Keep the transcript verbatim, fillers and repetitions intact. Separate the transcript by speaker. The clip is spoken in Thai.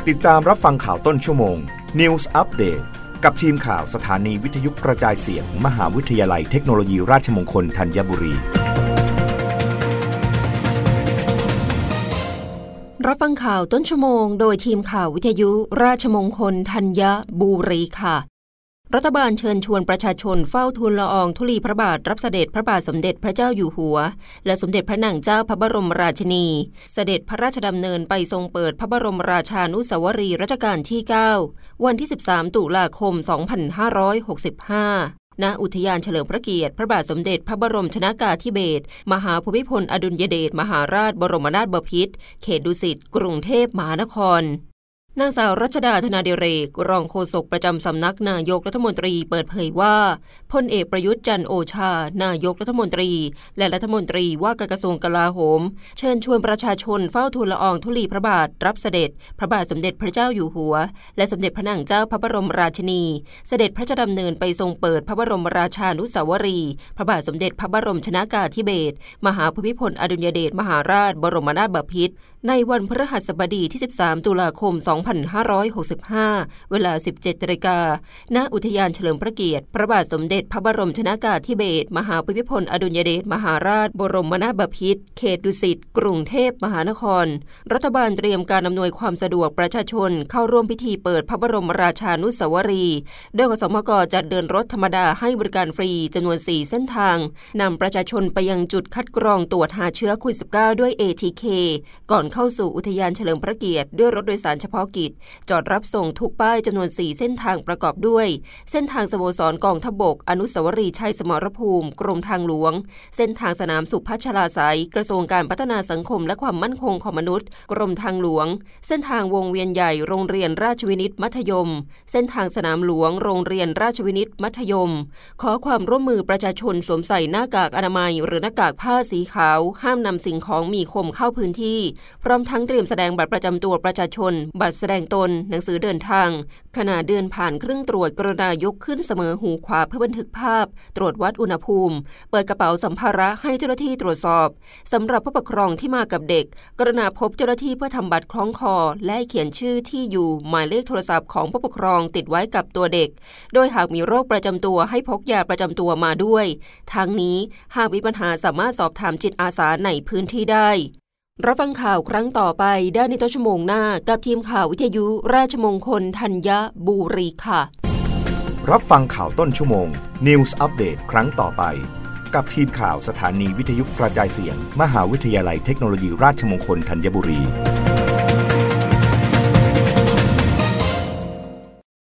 Speaker 1: ติดตามรับฟังข่าวต้นชั่วโมง News Update กับทีมข่าวสถานีวิทยุกระจายเสียง มหาวิทยาลัยเทคโนโลยีราชมงคลธัญบุรี
Speaker 2: รับฟังข่าวต้นชั่วโมงโดยทีมข่าววิทยุราชมงคลธัญบุรีค่ะรัฐบาลเชิญชวนประชาชนเฝ้าทูลละอองธุลีพระบาทรับเสด็จพระบาทสมเด็จพระเจ้าอยู่หัวและสมเด็จพระนางเจ้าพระบรมราชินีเสด็จพระราชดำเนินไปทรงเปิดพระบรมราชานุสาวรีย์รัชกาลที่เก้าวันที่สิบสามตุลาคมสองพันห้าร้อยหกสิบห้าณอุทยานเฉลิมพระเกียรติพระบาทสมเด็จพระบรมชนกาธิเบศรมหาภูมิพลอดุลยเดชมหาราชบรมนาถบพิตรเขตดุสิตกรุงเทพมหานครนางสาวรัชดาธนาดิเรกรองโฆษกประจำสำนักนายกรัฐมนตรีเปิดเผยว่าพลเอกประยุทธ์จันทร์โอชานายกรัฐมนตรีและรัฐมนตรีว่าการกระทรวงกลาโหมเชิญชวนประชาชนเฝ้าทูลละอองธุลีพระบาทรับเสด็จพระบาทสมเด็จพระเจ้าอยู่หัวและสมเด็จพระนางเจ้าพระบรมราชินีเสด็จพระราชดำเนินไปทรงเปิดพระบรมราชานุสาวรีย์พระบาทสมเด็จพระบรมชนกาธิเบศรมหาภูมิพลอดุลยเดชมหาราชบรมนาถบพิตรในวันพฤหัสบดีที่สิบสามตุลาคมสองพันห้าร้อยหกสิบห้าเวลา สิบเจ็ดนาฬิกา ณอุทยานเฉลิมพระเกียรติพระบาทสมเด็จพระบรมชนกาธิเบศรมหาภูมิพลอดุลยเดชมหาราชบรมนาถบพิตรเขตดุสิตกรุงเทพมหานครรัฐบาลเตรียมการอำนวยความสะดวกประชาชนเข้าร่วมพิธีเปิดพระบรมราชานุสาวรีย์โดยกสมกจัดเดินรถธรรมดาให้บริการฟรีจำนวนสี่เส้นทางนำประชาชนไปยังจุดคัดกรองตรวจหาเชื้อโควิด สิบเก้า ด้วย เอ ที เค ก่อนเข้าสู่อุทยานเฉลิมพระเกียรติด้วยรถโดยสารเฉพาะกิจจอดรับส่งทุกป้ายจำนวนสี่เส้นทางประกอบด้วยเส้นทางสโมสรกองทัพบกอนุสาวรีย์ชัยสมรภูมิกรมทางหลวงเส้นทางสนามสุพัชราไสยกระทรวงการพัฒนาสังคมและความมั่นคงของมนุษย์กรมทางหลวงเส้นทางวงเวียนใหญ่โรงเรียนราชวินิตมัธยมเส้นทางสนามหลวงโรงเรียนราชวินิตมัธยมขอความร่วมมือประชาชนสวมใส่หน้ากากอนามัยหรือหน้ากากผ้าสีขาวห้ามนำสิ่งของมีคมเข้าพื้นที่พร้อมทั้งเตรียมแสดงบัตรประจำตัวประชาชนบัตรแสดงตนหนังสือเดินทางขณะเดินผ่านเครื่องตรวจกรุณายกขึ้นเสมอหูขวาเพื่อบันทึกภาพตรวจวัดอุณหภูมิเปิดกระเป๋าสัมภาระให้เจ้าหน้าที่ตรวจสอบสำหรับผู้ปกครองที่มากับเด็กกรุณาพบเจ้าหน้าที่เพื่อทำบัตรคล้องคอและเขียนชื่อที่อยู่หมายเลขโทรศัพท์ของผู้ปกครองติดไว้กับตัวเด็กโดยหากมีโรคประจำตัวให้พกยาประจำตัวมาด้วยทั้งนี้หากมีปัญหาสามารถสอบถามจิตอาสาในพื้นที่ได้รับฟังข่าวครั้งต่อไปได้ในต้นชั่วโมงหน้ากับทีมข่าววิทยุราชมงคลธัญบุรีค่ะ
Speaker 1: รับฟังข่าวต้นชั่วโมง News Update ครั้งต่อไปกับทีมข่าวสถานีวิทยุกระจายเสียงมหาวิทยาลัยเทคโนโลยีราชมงคลธัญบุรี